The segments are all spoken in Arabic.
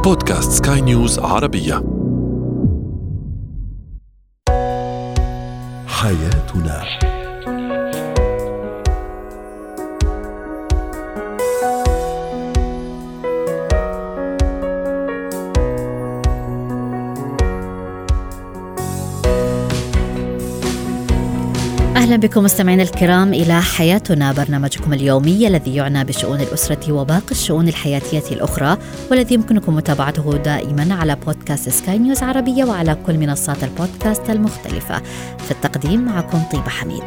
بودكاست سكاي نيوز عربية. حياتنا. أهلا بكم مستمعينا الكرام إلى حياتنا، برنامجكم اليومي الذي يعنى بشؤون الأسرة وباقي الشؤون الحياتية الأخرى، والذي يمكنكم متابعته دائما على بودكاست سكاي نيوز عربية وعلى كل منصات البودكاست المختلفة. في التقديم معكم طيبة حميد.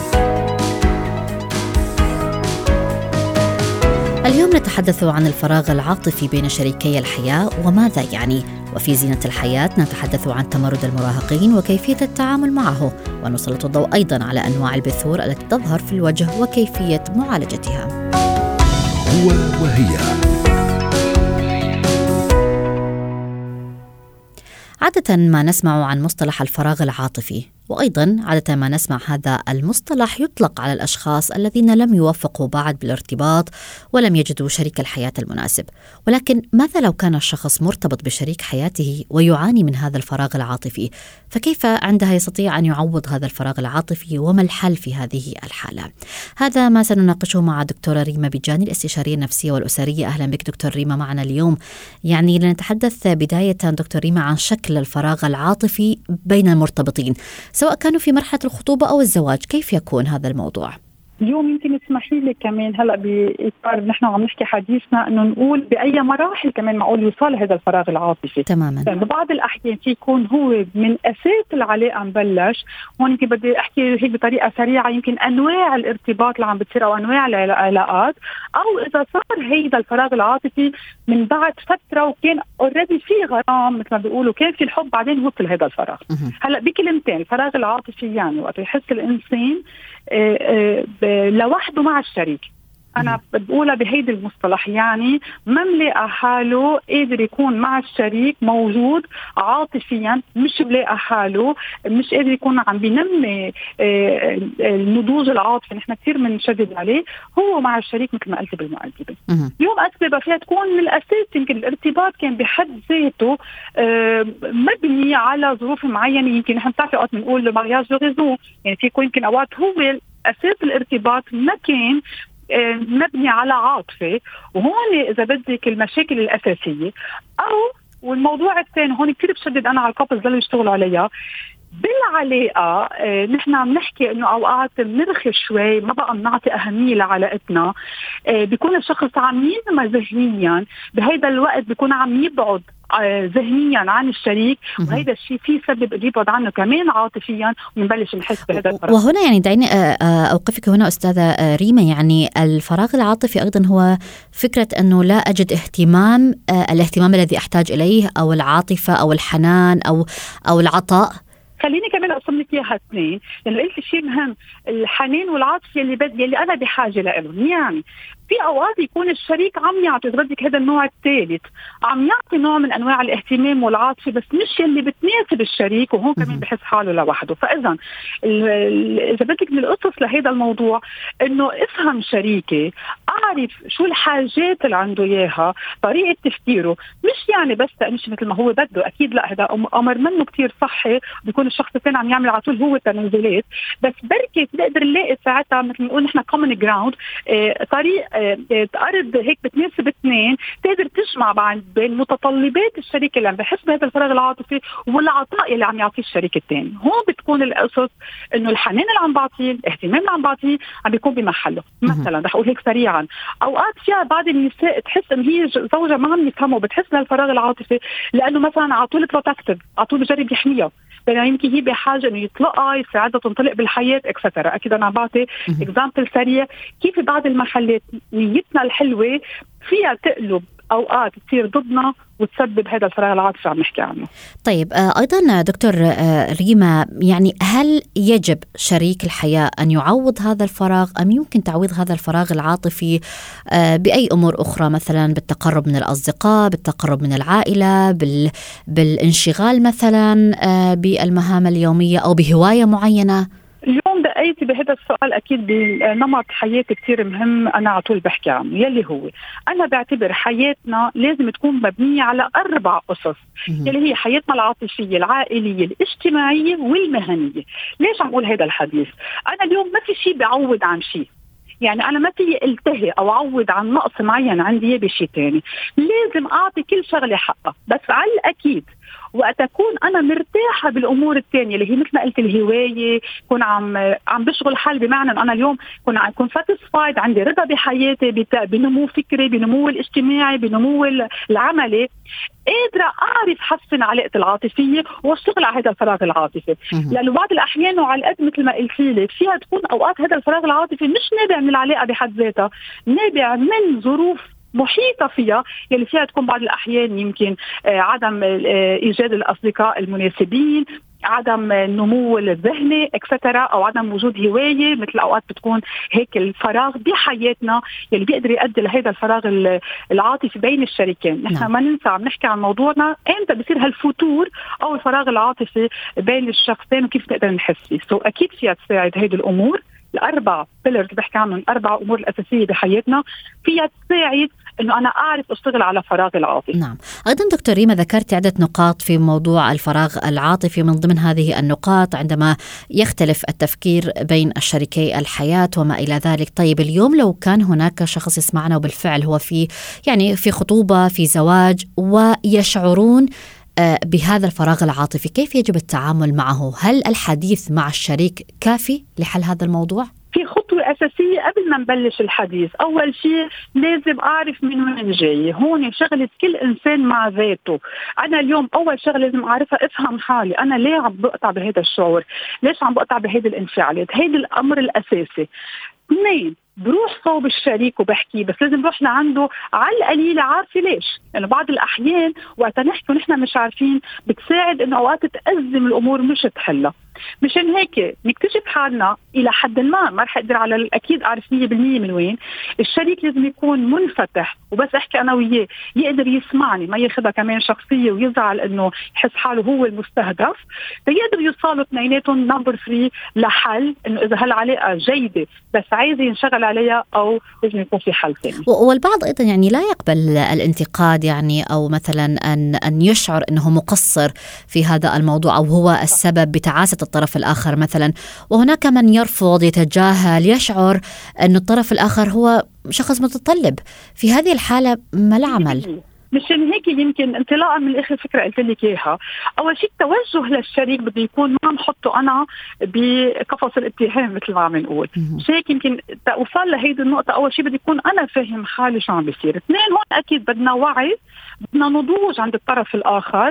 اليوم نتحدث عن الفراغ العاطفي بين شريكي الحياة وماذا يعني، وفي زينة الحياة نتحدث عن تمرد المراهقين وكيفية التعامل معه، ونسلط الضوء أيضا على أنواع البثور التي تظهر في الوجه وكيفية معالجتها. هو وهي. عادة ما نسمع عن مصطلح الفراغ العاطفي، وأيضا عادة ما نسمع هذا المصطلح يطلق على الأشخاص الذين لم يوفقوا بعد بالارتباط ولم يجدوا شريك الحياة المناسب. ولكن ماذا لو كان الشخص مرتبط بشريك حياته ويعاني من هذا الفراغ العاطفي؟ فكيف عندها يستطيع أن يعوض هذا الفراغ العاطفي، وما الحل في هذه الحالة؟ هذا ما سنناقشه مع دكتورة ريما بيجاني، الاستشارية النفسية والأسرية. أهلا بك دكتور ريما معنا اليوم. يعني لنتحدث بداية دكتور ريما عن شكل الفراغ العاطفي بين المرتبطين، سواء كانوا في مرحلة الخطوبة أو الزواج. كيف يكون هذا الموضوع؟ اليوم يمكن تسمحي لي كمان هلا بإطار نحن عم نحكي حديثنا انه نقول بأي مراحل كمان معقول يوصل هذا الفراغ العاطفي تماما. ببعض الأحيان في يكون هو من أساس العلاقة مبلش. هون يمكن بدي أحكي هيك بطريقة سريعة يمكن أنواع الارتباط اللي عم بتصير أو أنواع العلاقات، أو إذا صار هيدا الفراغ العاطفي من بعد فترة وكان أوريدي في غرام مثل ما بيقولوا، كان في الحب بعدين وصل هذا الفراغ. هلا بكلمتين، الفراغ العاطفي يعني وقت يحس الإنسان لوحده مع الشريك. أنا بقولها بهيدا المصطلح، يعني ما ملاقى حاله قادر يكون مع الشريك موجود عاطفيا، مش ملاقى حاله، مش قادر يكون عم بينمي النضوج العاطفي نحن كثير بنشدد عليه هو مع الشريك مثل ما قلت بالمقدمة. اليوم أسباب فيها تكون من الأساس يمكن الارتباط كان بحد ذاته مبني على ظروف معينة. يمكن نحن بتعرفي أوقات بنقول le mariage de raison، يعني في يمكن أوقات هو أساس الارتباط ما كان مبني على عاطفة، وهون إذا بدك المشاكل الأساسية. والموضوع الثاني هون كتير بشدد أنا على الكابلز اللي يشتغلوا عليها بالعلاقة. نحن عم نحكي إنه أوقات بنرخي شوي، ما بقى بنعطي أهمية لعلاقتنا. بيكون الشخص عم ينمى ذهنيا، بهيدا الوقت بيكون عم يبعد ذهنيا عن الشريك، وهذا الشيء فيه سبب يبعد عنه كمان عاطفيا، ونبلش نحس بهذا الفراغ. وهنا يعني دعيني أوقفك هنا أستاذة ريما. يعني الفراغ العاطفي أيضا هو فكرة أنه لا أجد الاهتمام الذي أحتاج إليه، أو العاطفة أو الحنان أو العطاء. خليني كمان أقسم لك إياها اثنين، لأنه قلت شيء مهم، الحنان والعاطفة اللي أنا بحاجة لهم. يعني في أوقات يكون الشريك عم يعطي بدك هذا النوع الثالث، عم يعطي نوع من أنواع الاهتمام والعاطفة، بس مش اللي بتناسب الشريك، وهو كمان بحس حاله لوحده. فإذا إذا بدك من القصص لهذا الموضوع إنه افهم شريكي، أعرف شو الحاجات اللي عنده إياها، طريقة تفكيره، مش يعني بس مش مثل ما هو بده. أكيد لا، هذا أمر منه كتير صحي، بيكون الشخص الثاني عم يعمل على طول هو تنازلات، بس بركي نقدر نلاقي ساعتها مثل ما نقول نحن common ground، طريق أرض هيك بتناسب اثنين، تقدر تجمع بين متطلبات الشريك اللي عم بحس بهذا الفراغ العاطفي والعطاء اللي عم يعطيه الشريك الثاني. هون بتكون القصص إنه الحنان اللي عم بعطيه، الاهتمام اللي عم بعطيه عم بيكون بمحله. مثلا رح أقول هيك سريعا، أوقات فيها بعض النساء تحس إن هي زوجها ما عم يفهمه، بتحس بالفراغ العاطفي لأنه مثلا عطول بروتكتيف، عطول بجرب يحميها، بينما يمكن هي بحاجة إنه يطلقها يساعدها تنطلق بالحياة إكسترا. أكيد أنا بعطي إكزامبل سريع كيف بعض المحلات نيتنا الحلوة فيها تقلب أوقات تصير ضدنا وتسبب هذا الفراغ العاطفي عم نحكي عنه. طيب أيضا دكتور ريما، يعني هل يجب شريك الحياة أن يعوض هذا الفراغ، أم يمكن تعويض هذا الفراغ العاطفي بأي أمور أخرى، مثلا بالتقرب من الأصدقاء، بالتقرب من العائلة، بالانشغال مثلا بالمهام اليومية، أو بهواية معينة؟ اليوم دقيتي بهذا السؤال أكيد بنمط حياتي كتير مهم أنا على طول بحكي عنه، يلي هو أنا بعتبر حياتنا لازم تكون مبنية على 4 أسس يلي هي حياتنا العاطفية، العائلية، الاجتماعية والمهنية. ليش عم أقول هذا الحديث؟ أنا اليوم ما في شيء بعوض عن شيء، يعني أنا ما في التهي أو عوض عن نقص معين عندي بشيء تاني، لازم أعطي كل شغلة حقها. بس على الأكيد وقت أكون أنا مرتاحة بالأمور التانية اللي هي مثل ما قلت الهواية، كون عم بشغل حال، بمعنى أن أنا اليوم كون ساتسفايد، عندي رضا بحياتي، بنمو فكري، بنمو الاجتماعي، بنمو العملي، قادرة أعرف حسن علاقتي العاطفية واشتغل على هذا الفراغ العاطفي. لأنه بعض الأحيان وعلى القد مثل ما قلت لك فيها تكون أوقات هذا الفراغ العاطفي مش نابع من العلاقة بحد ذاتها، نابع من ظروف محيطة فيها يلي فيها تكون بعض الأحيان يمكن عدم إيجاد الأصدقاء المناسبين، عدم النمو الذهني اكسترا، او عدم وجود هوايه، مثل اوقات بتكون هيك الفراغ بحياتنا يلي بيقدر يؤدي لهذا الفراغ العاطفي بين الشريكين. نحن ما ننسى عم نحكي عن موضوعنا امتى بصير هالفتور او الفراغ العاطفي بين الشخصين وكيف نقدر نحس فيه. اكيد فيها تساعد هيدي الامور ال4 بيلرز بحكي عنهم، ال4 امور الاساسيه بحياتنا، فيها تساعد انه انا اعرف اشتغل على فراغ العاطفي. نعم. ايضا دكتور ريما ذكرت عده نقاط في موضوع الفراغ العاطفي، من ضمن هذه النقاط عندما يختلف التفكير بين الشريكي الحياه وما الى ذلك. طيب اليوم لو كان هناك شخص يسمعنا وبالفعل هو في خطوبه، في زواج، ويشعرون بهذا الفراغ العاطفي، كيف يجب التعامل معه؟ هل الحديث مع الشريك كافي لحل هذا الموضوع؟ في خطوة أساسية قبل ما نبلش الحديث. أول شيء لازم أعرف من وين جاي. هون شغلة كل إنسان مع ذاته. أنا اليوم أول شغلة لازم أعرفها، أفهم حالي أنا ليه عم بقطع بهذا الشعور، ليش عم بقطع بهذه الانفعالات. هيدا الأمر الأساسي. 2 بروح صوب الشريك وبحكي، بس لازم نروح لعنده على القليلة عارفة ليش. لأنه بعض الأحيان وقت نحكي ونحن مش عارفين بتساعد إنه أوقات تأزم الأمور مش تحلها. مشان هيك نكتشف حالنا إلى حد ما رح أقدر على الأكيد أعرف 100% من وين. الشريك لازم يكون منفتح، وبس أحكي أنا وياه يقدر يسمعني، ما ياخدها كمان شخصية ويزعل إنه يحس حاله هو المستهدف. فيقدر يوصلوا اثنيناتهم نمبر 3 لحل، إنه إذا هالعلاقة جيدة بس عايز ينشغل عليها أو لازم يكون في حل ثاني. والبعض أيضا يعني لا يقبل الانتقاد، يعني أو مثلا أن يشعر أنه مقصر في هذا الموضوع أو هو السبب بتعاسة الطرف الآخر مثلا. وهناك من يرفض، يتجاهل، يشعر أن الطرف الآخر هو شخص متطلب. في هذه الحالة ما العمل؟ مشان هيك يمكن انطلاقا من اخر فكره قلت لك اياها، اول شيء التوجه للشريك بده يكون ما نحطه انا بقفص الاتهام مثل ما عم نقول. مش هيك يمكن توصل لهيدي النقطه، اول شيء بدي يكون انا فاهم حالي شو عم بيصير. 2 هون اكيد بدنا وعي، بدنا نضوج عند الطرف الاخر.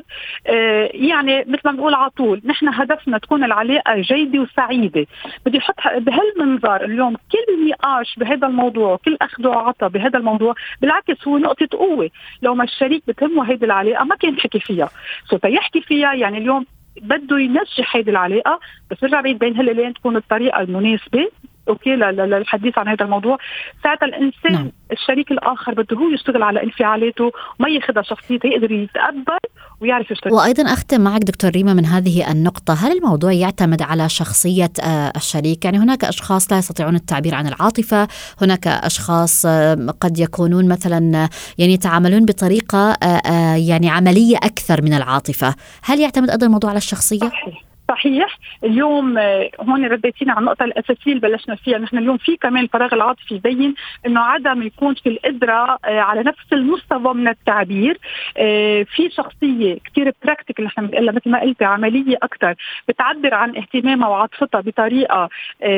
يعني مثل ما بنقول على طول نحن هدفنا تكون العلاقه جيده وسعيده. بدي احط بهالمنظار اليوم كل نقاش بهذا الموضوع، كل اخذ وعطاء بهذا الموضوع بالعكس هو نقطه قوه. لو ما الشريك بتهمه هيدي العلاقه ما كان حكي فيها، يحكي فيها يعني اليوم بده ينجح هيدي العلاقه، بس رجع بعيد بين هالليلين تكون الطريقه المناسبه اوكي للحديث عن هذا الموضوع. ساعتها الانسان الشريك الاخر بده هو يشتغل على انفعالاته وما ياخذها شخصيته، يقدر يتقبل ويعرف يشتغل. وايضا اختم معك دكتور ريما من هذه النقطه، هل الموضوع يعتمد على شخصيه الشريك؟ يعني هناك اشخاص لا يستطيعون التعبير عن العاطفه، هناك اشخاص قد يكونون مثلا يعني يتعاملون بطريقه يعني عمليه اكثر من العاطفه. هل يعتمد ايضا الموضوع على الشخصيه؟ صحيح. اليوم هون رديتينا على النقطة الأساسية اللي بلشنا فيها. نحن اليوم في كمان الفراغ العاطفي يبين إنه عدم يكون في القدرة على نفس المستوى من التعبير. في شخصية كتير براكتيكال نحن بنقولها مثل ما قلت عملية أكتر، بتعبر عن اهتمامها وعاطفتها بطريقة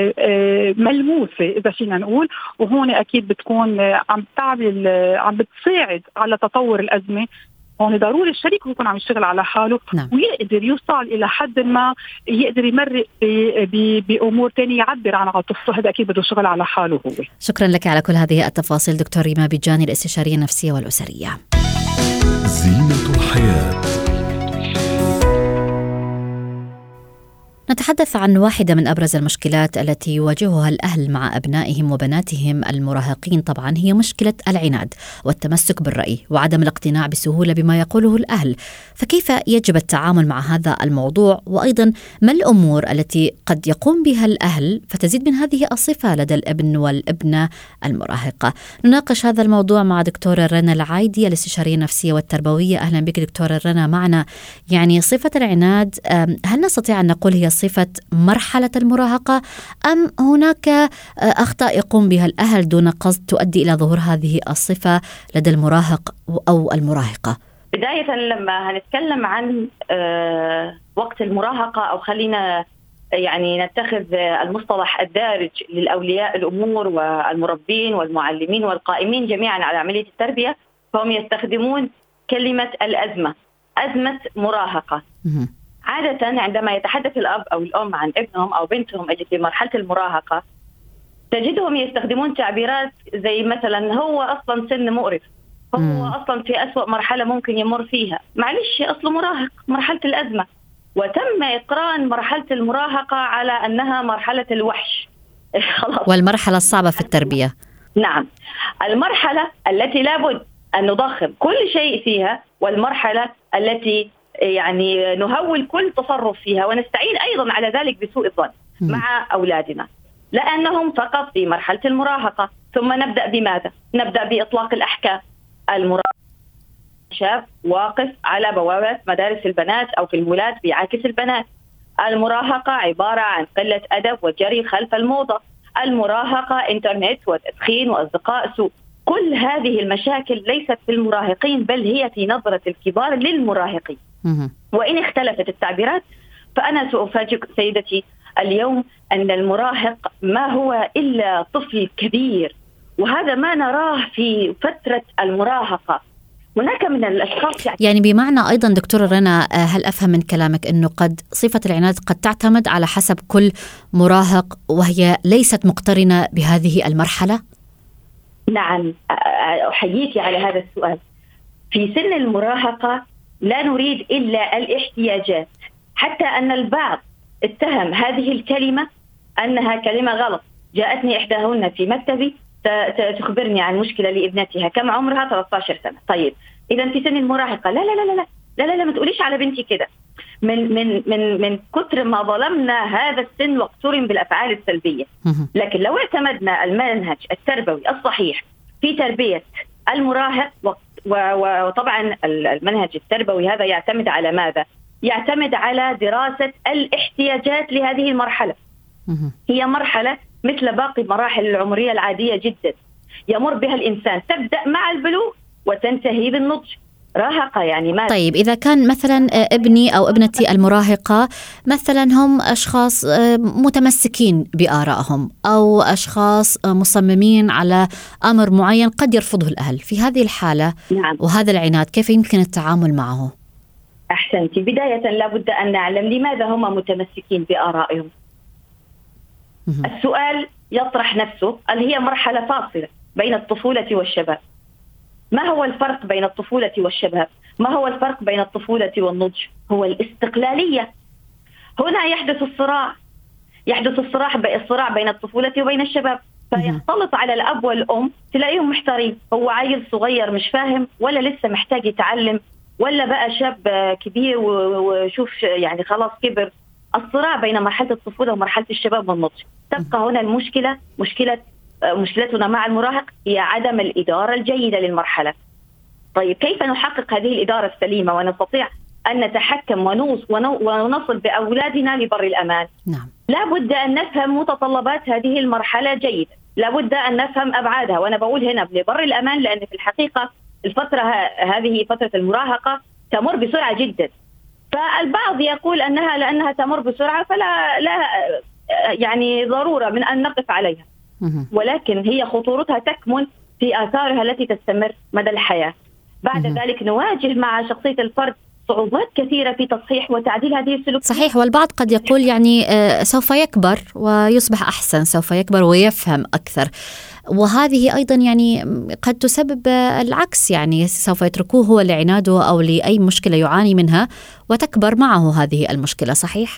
ملموسة إذا فينا نقول، وهون أكيد بتكون عم بتساعد على تطور الأزمة. هون ضروري الشريك يكون عم يشتغل على حاله ويقدر يوصل إلى حد ما يقدر يمرق بأمور تانية يعبر عن عاطفته. هذا أكيد بده شغل على حاله هو. شكرا لك على كل هذه التفاصيل دكتور ريما بيجاني، الاستشارية النفسية والأسرية. زينة الحياة. نتحدث عن واحدة من أبرز المشكلات التي يواجهها الأهل مع أبنائهم وبناتهم المراهقين، طبعا هي مشكلة العناد والتمسك بالرأي وعدم الاقتناع بسهولة بما يقوله الأهل. فكيف يجب التعامل مع هذا الموضوع؟ وأيضا ما الأمور التي قد يقوم بها الأهل فتزيد من هذه الصفة لدى الابن والابنة المراهقة؟ نناقش هذا الموضوع مع دكتورة رنا العايدي، الاستشارية النفسية والتربوية. أهلا بك دكتورة رنا معنا. يعني صفة العناد، هل نستطيع أن نقول هي صفة مرحلة المراهقة أم هناك أخطاء يقوم بها الأهل دون قصد تؤدي إلى ظهور هذه الصفة لدى المراهق أو المراهقة؟ بداية لما هنتكلم عن وقت المراهقة، أو خلينا يعني نتخذ المصطلح الدارج للأولياء الأمور والمربين والمعلمين والقائمين جميعا على عملية التربية، فهم يستخدمون كلمة الأزمة، أزمة مراهقة. عادة عندما يتحدث الأب أو الأم عن ابنهم أو بنتهم اللي في مرحلة المراهقة، تجدهم يستخدمون تعبيرات زي مثلا هو أصلا سن مقرف، هو أصلا في أسوأ مرحلة ممكن يمر فيها، معلش أصله مراهق، مرحلة الأزمة. وتم إقران مرحلة المراهقة على أنها مرحلة الوحش خلاص، والمرحلة الصعبة في التربية. نعم، المرحلة التي لابد أن نضخم كل شيء فيها، والمرحلة التي يعني نهول كل تصرف فيها، ونستعين أيضا على ذلك بسوء الظن مع أولادنا، لأنهم فقط في مرحلة المراهقة. ثم نبدأ بماذا؟ نبدأ بإطلاق الأحكام. المراهقة شاب واقف على بوابة مدارس البنات أو في المولات بيعاكس البنات. المراهقة عبارة عن قلة أدب وجري خلف الموضة. المراهقة إنترنت وتدخين وأصدقاء سوء. كل هذه المشاكل ليست في المراهقين، بل هي في نظرة الكبار للمراهقين. وإن اختلفت التعبيرات، فأنا سأفاجئ سيدتي اليوم أن المراهق ما هو إلا طفل كبير، وهذا ما نراه في فترة المراهقة. هناك من الأشخاص يعني بمعنى أيضا دكتورة رنا، هل أفهم من كلامك أنه قد صفة العناد قد تعتمد على حسب كل مراهق وهي ليست مقترنة بهذه المرحلة؟ نعم، أحييك على هذا السؤال. في سن المراهقة لا نريد إلا الاحتياجات، حتى أن البعض اتهم هذه الكلمة أنها كلمة غلط. جاءتني إحداهن في مكتبي تخبرني عن مشكلة لابنتها، كم عمرها؟ 13 سنة. طيب إذا في سن المراهقة، لا لا لا لا لا لا لا ما تقوليش على بنتي كده. من كتر ما ظلمنا هذا السن واقترن بالأفعال السلبية. لكن لو اعتمدنا المنهج التربوي الصحيح في تربية المراهق، وطبعا المنهج التربوي هذا يعتمد على ماذا؟ يعتمد على دراسة الاحتياجات لهذه المرحلة. هي مرحلة مثل باقي المراحل العمرية العادية جدا يمر بها الإنسان، تبدأ مع البلوغ وتنتهي بالنضج. راهقة يعني ما. طيب إذا كان مثلا ابني أو ابنتي المراهقة مثلا هم أشخاص متمسكين بآرائهم أو أشخاص مصممين على أمر معين قد يرفضه الأهل، في هذه الحالة نعم. وهذا العناد كيف يمكن التعامل معه؟ أحسنتي. بداية لابد أن نعلم لماذا هم متمسكين بآرائهم. السؤال يطرح نفسه، هل هي مرحلة فاصلة بين الطفولة والشباب؟ ما هو الفرق بين الطفولة والشباب؟ ما هو الفرق بين الطفولة والنضج؟ هو الاستقلالية. هنا يحدث الصراع بين الطفولة وبين الشباب، فيختلط على الأب والأم، تلاقيهم محتارين، هو عيل صغير مش فاهم ولا لسه محتاج يتعلم، ولا بقى شاب كبير وشوف يعني خلاص كبر. الصراع بين مرحلة الطفولة ومرحلة الشباب والنضج. تبقى هنا مشكلتنا مع المراهق هي عدم الإدارة الجيدة للمرحلة. طيب كيف نحقق هذه الإدارة السليمة ونستطيع أن نتحكم ونصل بأولادنا لبر الأمان؟ نعم. لا بد أن نفهم متطلبات هذه المرحلة جيدا، لا بد أن نفهم أبعادها. وأنا بقول هنا لبر الأمان لأن في الحقيقة الفترة هذه فترة المراهقة تمر بسرعة جدا. فالبعض يقول لأنها تمر بسرعة فلا يعني ضرورة من أن نقف عليها، ولكن هي خطورتها تكمن في آثارها التي تستمر مدى الحياة. بعد ذلك نواجه مع شخصية الفرد صعوبات كثيرة في تصحيح وتعديل هذه السلوكيات. صحيح، والبعض قد يقول يعني سوف يكبر ويصبح أحسن، سوف يكبر ويفهم أكثر، وهذه أيضا يعني قد تسبب العكس، يعني سوف يتركوه هو لعناده أو لأي مشكلة يعاني منها وتكبر معه هذه المشكلة. صحيح؟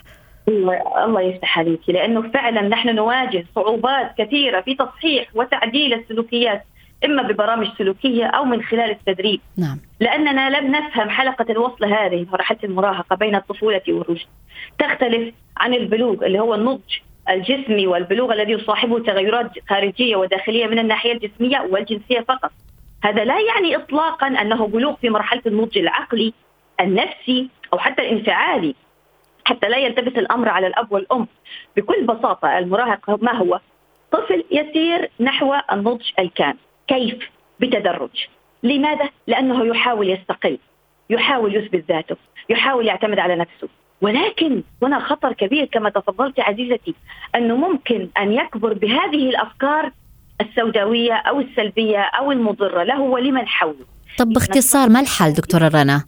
الله يفتح عليك، لأنه فعلا نحن نواجه صعوبات كثيرة في تصحيح وتعديل السلوكيات، إما ببرامج سلوكية أو من خلال التدريب. نعم. لأننا لم نفهم حلقة الوصل هذه مرحلة المراهقة بين الطفولة والرشد، تختلف عن البلوغ اللي هو النضج الجسمي والبلوغ الذي يصاحبه تغيرات خارجية وداخلية من الناحية الجسمية والجنسية فقط. هذا لا يعني إطلاقا أنه بلوغ في مرحلة النضج العقلي النفسي أو حتى الانفعالي، حتى لا يلتبس الأمر على الأب والأم. بكل بساطة المراهق ما هو؟ طفل يسير نحو النضج الكامل. كيف؟ بتدرج. لماذا؟ لأنه يحاول يستقل، يحاول يثبت ذاته، يحاول يعتمد على نفسه. ولكن هنا خطر كبير كما تفضلت عزيزتي، أنه ممكن أن يكبر بهذه الأفكار السوداوية أو السلبية أو المضرة له ولمن حوله. طب باختصار ما الحل دكتورة رنا؟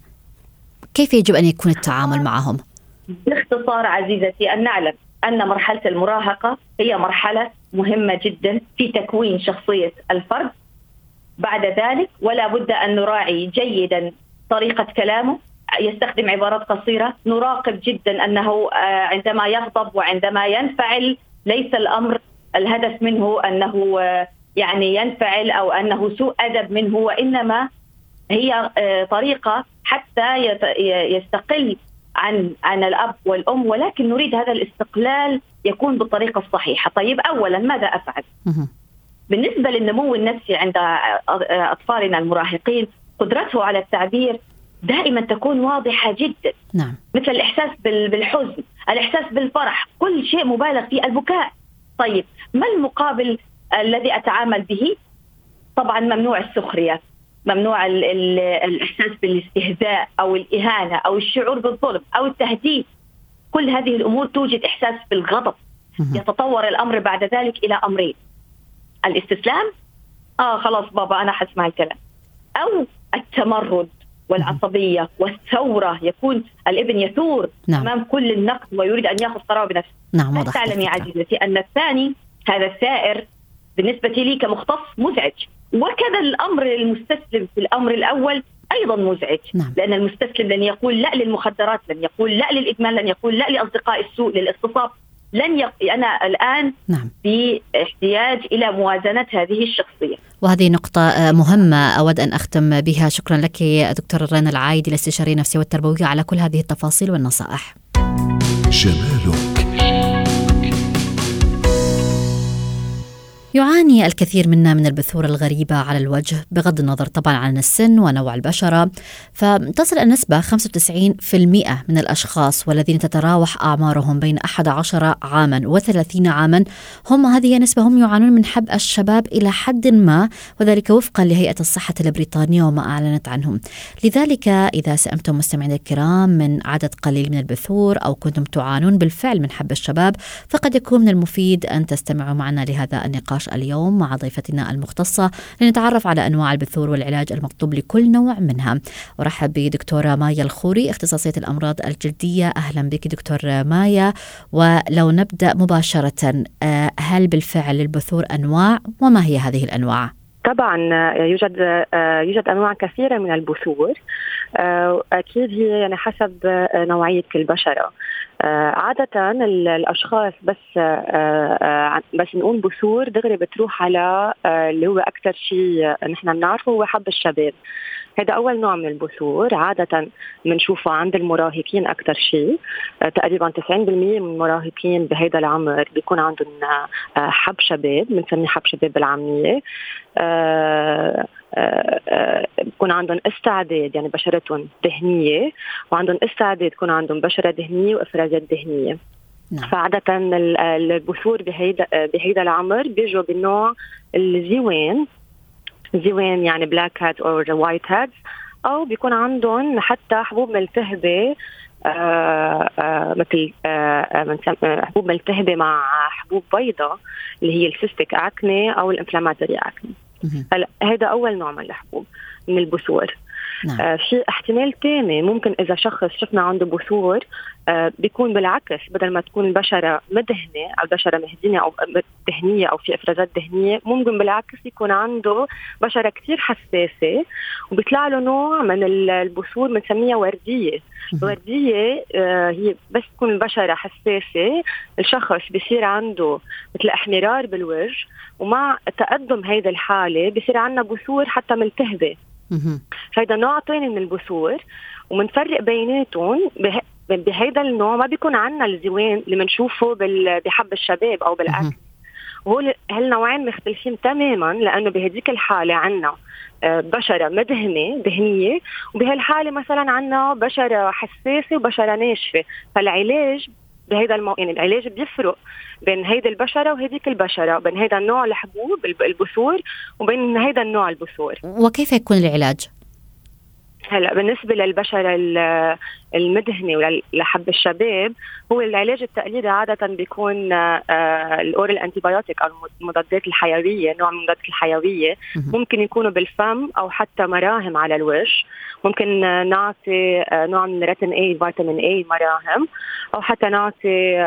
كيف يجب أن يكون التعامل معهم؟ باختصار عزيزتي أن نعلم أن مرحلة المراهقة هي مرحلة مهمة جدا في تكوين شخصية الفرد. بعد ذلك ولا بد أن نراعي جيدا طريقة كلامه، يستخدم عبارات قصيرة، نراقب جدا أنه عندما يغضب وعندما ينفعل ليس الأمر الهدف منه أنه يعني ينفعل أو أنه سوء أدب منه، وإنما هي طريقة حتى يستقل عن الأب والأم، ولكن نريد هذا الاستقلال يكون بالطريقة الصحيحة. طيب أولا ماذا أفعل؟ بالنسبة للنمو النفسي عند أطفالنا المراهقين قدرته على التعبير دائما تكون واضحة جدا. نعم. مثل الإحساس بالحزن، الإحساس بالفرح، كل شيء مبالغ فيه، البكاء. طيب ما المقابل الذي أتعامل به؟ طبعا ممنوع السخرية، ممنوع الإحساس بالاستهزاء أو الإهانة أو الشعور بالظلم أو التهديد. كل هذه الأمور توجد إحساس بالغضب. يتطور الأمر بعد ذلك إلى أمرين: الاستسلام، خلاص بابا أنا حسمع الكلام، أو التمرد والعصبية والثورة، يكون الابن يثور أمام كل النقد ويريد أن يأخذ قرار بنفسه. نعم. تعلم يا عزيزتي أن الثاني هذا الثائر بالنسبة لي كمختص مزعج، وكذا الأمر المستسلم في الأمر الأول أيضا مزعج. نعم. لأن المستسلم لن يقول لا للمخدرات، لن يقول لا للإدمان، لن يقول لا لأصدقاء السوء، للاغتصاب، أنا الآن نعم. في احتياج إلى موازنة هذه الشخصية. وهذه نقطة مهمة أود أن أختم بها. شكرا لك دكتورة رنا العايدي الاستشارية النفسية والتربوية على كل هذه التفاصيل والنصائح. جمالك. يعاني الكثير منا من البثور الغريبة على الوجه بغض النظر طبعا عن السن ونوع البشرة، فتصل النسبة 95% من الأشخاص والذين تتراوح أعمارهم بين 11 عاما و30 عاما هذه نسبة هم يعانون من حب الشباب إلى حد ما، وذلك وفقا لهيئة الصحة البريطانية وما أعلنت عنهم. لذلك إذا سألتم مستمعين الكرام من عدد قليل من البثور أو كنتم تعانون بالفعل من حب الشباب، فقد يكون من المفيد أن تستمعوا معنا لهذا النقاش اليوم مع ضيفتنا المختصة لنتعرف على أنواع البثور والعلاج المطلوب لكل نوع منها. أرحب بدكتورة مايا الخوري اختصاصية الأمراض الجلدية. أهلا بك دكتور مايا. ولو نبدأ مباشرة، هل بالفعل للبثور أنواع وما هي هذه الأنواع؟ طبعا يوجد أنواع كثيرة من البثور، أكيد هي يعني حسب نوعية البشرة. عادة الأشخاص بس نقول بثور دغري بتروح على اللي هو أكثر شيء نحن بنعرفه هو حب الشباب. هذا أول نوع من البثور، عادة بنشوفه عند المراهقين أكثر شيء. تقريبا 90% من المراهقين بهذا العمر بيكون عندهم حب شباب، بنسميه حب شباب بالعامية. بيكون عندهم استعداد، يعني بشرتهم دهنية وعندهم استعداد يكون عندهم بشرة دهنية وإفرازات دهنية. نعم. فعادة البثور بهيدا العمر بيجوا بالنوع الزوان يعني black heads أو white heads، أو بيكون عندهم حتى حبوب ملتهبة مثل حبوب ملتهبة مع حبوب بيضاء اللي هي السيستيك أكني أو الانفلاماتوري أكني. هذا أول نوع من الحبوب من البثور. نعم. في احتمال تاني ممكن إذا شخص شفنا عنده بثور بيكون بالعكس، بدل ما تكون البشرة مدهنة أو بشرة مهدينة أو دهنية أو في إفرازات دهنية، ممكن بالعكس يكون عنده بشرة كتير حساسة وبيطلع له نوع من البثور بنسميها وردية. الوردية هي بس تكون البشرة حساسة، الشخص بيصير عنده مثل احمرار بالوجه، ومع تقدم هيدا الحالة بيصير عنا بثور حتى ملتهبة. هيدا نوع تاني من البثور، ومنفرق بيناتهم. بهيدا النوع ما بيكون عنا الزوين اللي منشوفه بحب الشباب أو بالأكل، وهو هالنوعين مختلفين تماما، لأنه بهديك الحالة عنا بشرة مدهنة دهنية، وبهالحالة مثلا عنا بشرة حساسة وبشرة ناشفة. فالعلاج بهيدا يعني العلاج بيفرق بين هيدا البشرة وهديك البشرة، بين هيدا النوع الحبوب البثور وبين هيدا النوع البثور. وكيف يكون العلاج؟ هلا بالنسبة للبشرة المدهنة ولحب الشباب، هو العلاج التقليدي عادة بيكون الأورال أنتيبيوتيك أو المضادات الحيوية، نوع من المضادات الحيوية. ممكن يكونوا بالفم أو حتى مراهم على الوجه. ممكن نعطي نوع من ريتين اي، فيتامين اي مراهم، أو حتى نعطي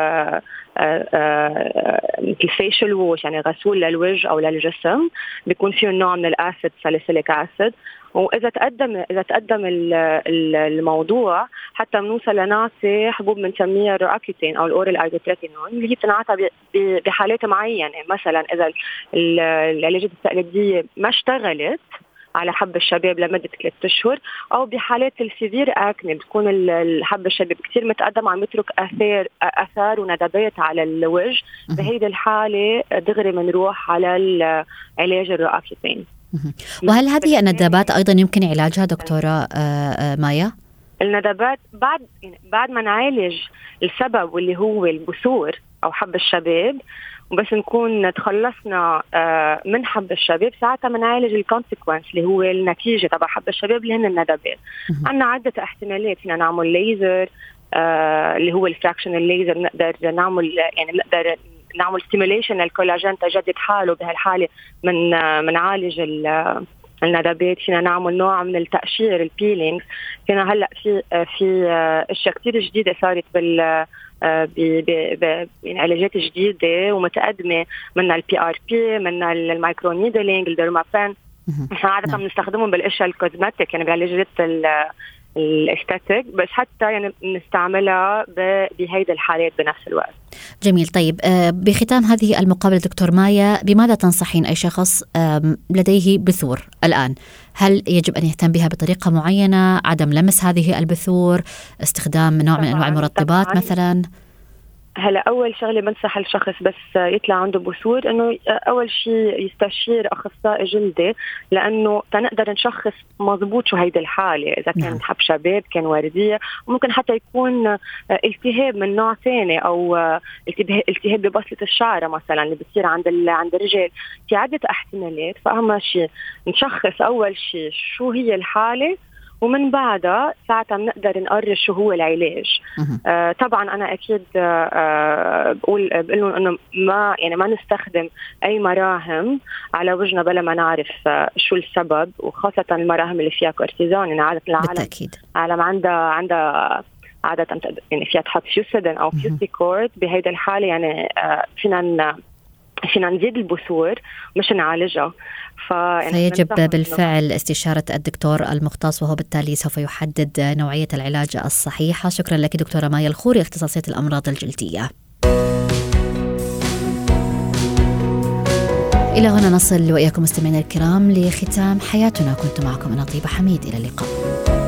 مثل فيشل ووش، يعني غسول للوجه أو للجسم بيكون فيه نوع من الأسيد ساليسيليك أسيد. وإذا تقدم الموضوع حتى بنوصل لنعطي حبوب بنسميها الروأكيوتين أو الأورال أيزوتريتينون، اللي هي بتنعطى بحالات معينة. مثلا إذا العلاجات التقليدية ما اشتغلت على حب الشباب لمدة 3 أشهر، أو بحالات السيفير أكني بتكون الحب الشباب كتير متقدم عم يترك أثار وندبات على الوجه، بهيدي الحالة دغري منروح على العلاج الروأكيوتين. وهل هذه الندبات أيضا يمكن علاجها دكتورة مايا؟ الندبات بعد ما نعالج السبب واللي هو البثور أو حب الشباب، وبس نكون تخلصنا من حب الشباب، ساعتها منعالج الكونسيكونس اللي هو النتيجة تبع حب الشباب اللي هن الندبات. عنا عدة احتمالات، فينا نعمل ليزر اللي هو الفراكشنال ليزر، نقدر نعمل ستيميليشن للكولاجين تجدد حاله، بهالحالة منعالج الندبات. فينا نعمل نوع من التقشير البيلينج. فينا هلا في اشياء كتير جديدة صارت يعني علاجات جديدة ومتقدمة، منها PRP، منها المايكرونيدلينج، الديرمابين. احنا عادة بنستخدمهم بالاشياء الكوزماتيك، يعني بعلاجات الاستاتيك، بس حتى يعني بنستعملها بهيدا الحالات بنفس الوقت. جميل. طيب بختام هذه المقابلة دكتور مايا، بماذا تنصحين أي شخص لديه بثور الآن؟ هل يجب أن يهتم بها بطريقة معينة؟ عدم لمس هذه البثور؟ استخدام نوع من أنواع المرطبات مثلا؟ هلا أول شغلة بنصح الشخص بس يطلع عنده بثور إنه أول شيء يستشير أخصائي جلدة، لأنه تنقدر نشخص مضبوط شو هيدا الحالة، إذا كان حب شباب، كان وردية، وممكن حتى يكون التهاب من نوع ثاني، أو التهاب ببصلة الشعر مثلا اللي بتصير عند الرجال. في عدة احتمالات، فأهم شيء نشخص أول شيء شو هي الحالة، ومن بعدها ساعتها بنقدر نقرر شو هو العلاج. طبعا أنا أكيد بقول لهم إنه ما نستخدم أي مراهم على وجهنا بلا ما نعرف شو السبب، وخاصة المراهم اللي فيها كورتيزون. يعني عادة العالم عندها عادة يعني فيها تحط فيوسيدين أو فيوسيكورد. بهيدا الحالة يعني فينا نزيد البثور مش نعالجها. فيجب بالفعل استشارة الدكتور المختص، وهو بالتالي سوف يحدد نوعية العلاج الصحيحة. شكرا لك دكتورة مايا الخوري، اختصاصية الأمراض الجلدية. إلى هنا نصل وإياكم مستمعينا الكرام لختام حياتنا. كنت معكم أنا طيبة حميد، إلى اللقاء.